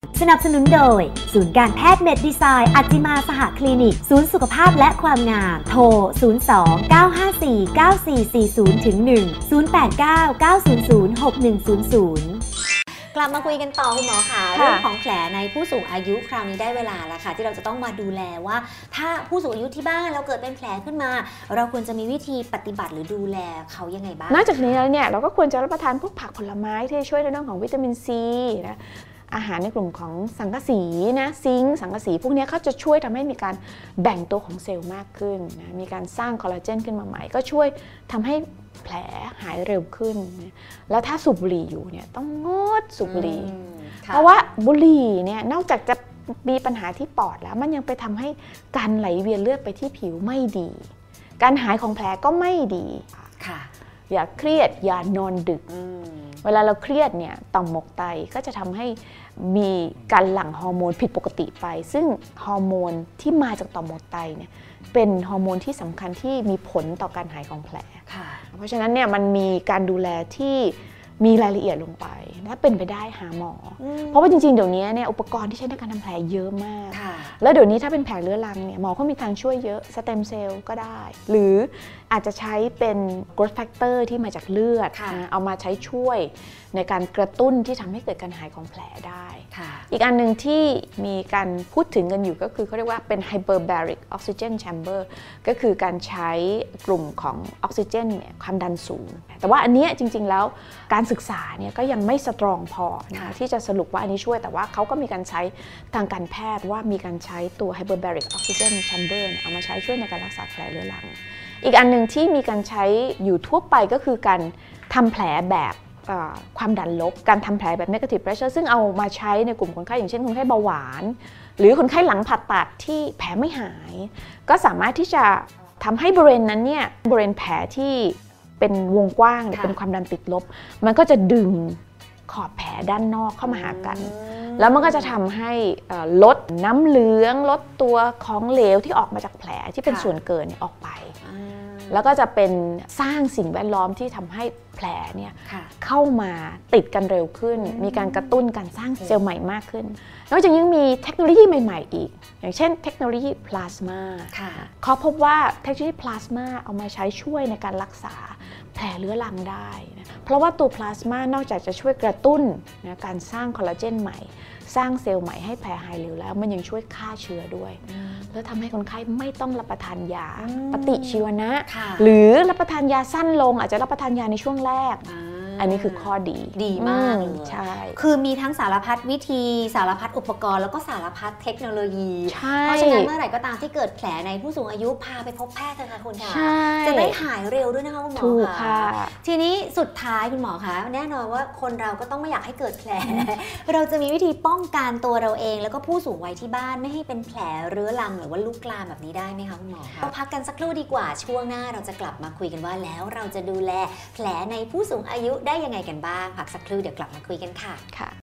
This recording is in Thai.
สนับสนุนโดยศูนย์การแพทย์เมดดีไซน์อัจจิมาสหคลินิกศูนย์สุขภาพและความงามโทร 02-954-9401-089-900-6100 กลับมาคุยกันต่อคุณหมอค่ะเรื่องของแผลในผู้สูงอายุคราวนี้ได้เวลาแล้วค่ะที่เราจะต้องมาดูแลว่าถ้าผู้สูงอายุที่บ้านเราเกิดเป็นแผลขึ้นมาเราควรจะมีวิธีปฏิบัติหรือดูแลเขายังไงบ้างนอกจากนี้แล้วเนี่ยเราก็ควรจะรับประทานพวกผักผลไม้ที่ช่วยในเรื่องของวิตามินซีนะอาหารในกลุ่มของสังกะสีนะซิงค์สังกะสีพวกนี้เขาจะช่วยทำให้มีการแบ่งตัวของเซลล์มากขึ้นนะมีการสร้างคอลลาเจนขึ้นมาใหม่ก็ช่วยทำให้แผลหายเร็วขึ้นนะแล้วถ้าสูบบุหรี่อยู่เนี่ยต้องงดสูบบุหรี่เพราะว่าบุหรี่เนี่ยนอกจากจะมีปัญหาที่ปอดแล้วมันยังไปทำให้การไหลเวียนเลือดไปที่ผิวไม่ดีการหายของแผลก็ไม่ดีอย่าเครียดอย่านอนดึกเวลาเราเครียดเนี่ยต่อมหมวกไตก็จะทำให้มีการหลั่งฮอร์โมนผิดปกติไปซึ่งฮอร์โมนที่มาจากต่อมหมวกไตเนี่ยเป็นฮอร์โมนที่สำคัญที่มีผลต่อการหายของแผลเพราะฉะนั้นเนี่ยมันมีการดูแลที่มีรายละเอียดลงไปถ้าเป็นไปได้หาหมอเพราะว่าจริงๆเดี๋ยวนี้เนี่ยอุปกรณ์ที่ใช้ในการทำแผลเยอะมากแล้วเดี๋ยวนี้ถ้าเป็นแผลเรื้อรังเนี่ยหมอเขามีทางช่วยเยอะสเต็มเซลล์ก็ได้หรืออาจจะใช้เป็น growth factor ที่มาจากเลือดเอามาใช้ช่วยในการกระตุ้นที่ทำให้เกิดการหายของแผลได้อีกอันหนึ่งที่มีการพูดถึงกันอยู่ก็คือเขาเรียกว่าเป็น hyperbaric oxygen chamber ก็คือการใช้กลุ่มของออกซิเจนเนี่ยความดันสูงแต่ว่าอันนี้จริงๆแล้วการศึกษาเนี่ยก็ยังไม่สตรองพอนะที่จะสรุปว่าอันนี้ช่วยแต่ว่าเขาก็มีการใช้ทางการแพทย์ว่ามีการใช้ตัว hyperbaric oxygen chamber เอามาใช้ช่วยในการรักษาแผลเรื้อรังอีกอันหนึ่งที่มีการใช้อยู่ทั่วไปก็คือการทำแผลแบบความดันลบการทำแผลแบบ negative pressure ซึ่งเอามาใช้ในกลุ่มคนไข้อย่างเช่นคนไข้เบาหวานหรือคนไข้หลังผ่าตัดที่แผลไม่หายก็สามารถที่จะทำให้บริเวณนั้นเนี่ยบริเวณแผลที่เป็นวงกว้างเป็นความดันติดลบมันก็จะดึงขอบแผลด้านนอกเข้ามาหากันแล้วมันก็จะทำให้ลดน้ำเหลืองลดตัวของเหลวที่ออกมาจากแผลที่เป็นส่วนเกินออกไปแล้วก็จะเป็นสร้างสิ่งแวดล้อมที่ทำให้แผลเนี่ยเข้ามาติดกันเร็วขึ้นมีการกระตุ้นการสร้างเซลล์ใหม่มากขึ้นนอกจากยังมีเทคโนโลยีใหม่ๆอีกอย่างเช่นเทคโนโลยีพลาสมาเขาพบว่าเทคโนโลยีพลาสมาเอามาใช้ช่วยในการรักษาแผลเรื้อรังได้นะเพราะว่าตัวพลาสมานอกจากจะช่วยกระตุ้นนะการสร้างคอลลาเจนใหม่สร้างเซลล์ใหม่ให้แผลหายเร็วแล้วมันยังช่วยฆ่าเชื้อด้วยแล้วทำให้คนไข้ไม่ต้องรับประทานยาปฏิชีวนะหรือรับประทานยาสั้นลงอาจจะรับประทานยาในช่วงแรกอันนี้คือข้อดีมากเลยใช่คือมีทั้งสารพัดวิธีสารพัดอุปกรณ์แล้วก็สารพัดเทคโนโลยีเพราะฉะนั้นเมื่อไหร่ก็ตามที่เกิดแผลในผู้สูงอายุพาไปพบแพทย์เถอะค่ะคุณค่ะจะได้หายเร็วด้วยนะคะคุณหมอค่ะทีนี้สุดท้ายคุณหมอคะแน่นอนว่าคนเราก็ต้องไม่อยากให้เกิดแผลเราจะมีวิธีป้องกันตัวเราเองแล้วก็ผู้สูงวัยที่บ้านไม่ให้เป็นแผลเรื้อรังหรือว่าลุกลามแบบนี้ได้ไหมคะคุณหมอคะพักกันสักครู่ดีกว่าช่วงหน้าเราจะกลับมาคุยกันว่าแล้วเราจะดูแลแผลในผู้สูงอายุได้ยังไงกันบ้างพักสักครู่เดี๋ยวกลับมาคุยกันค่ะ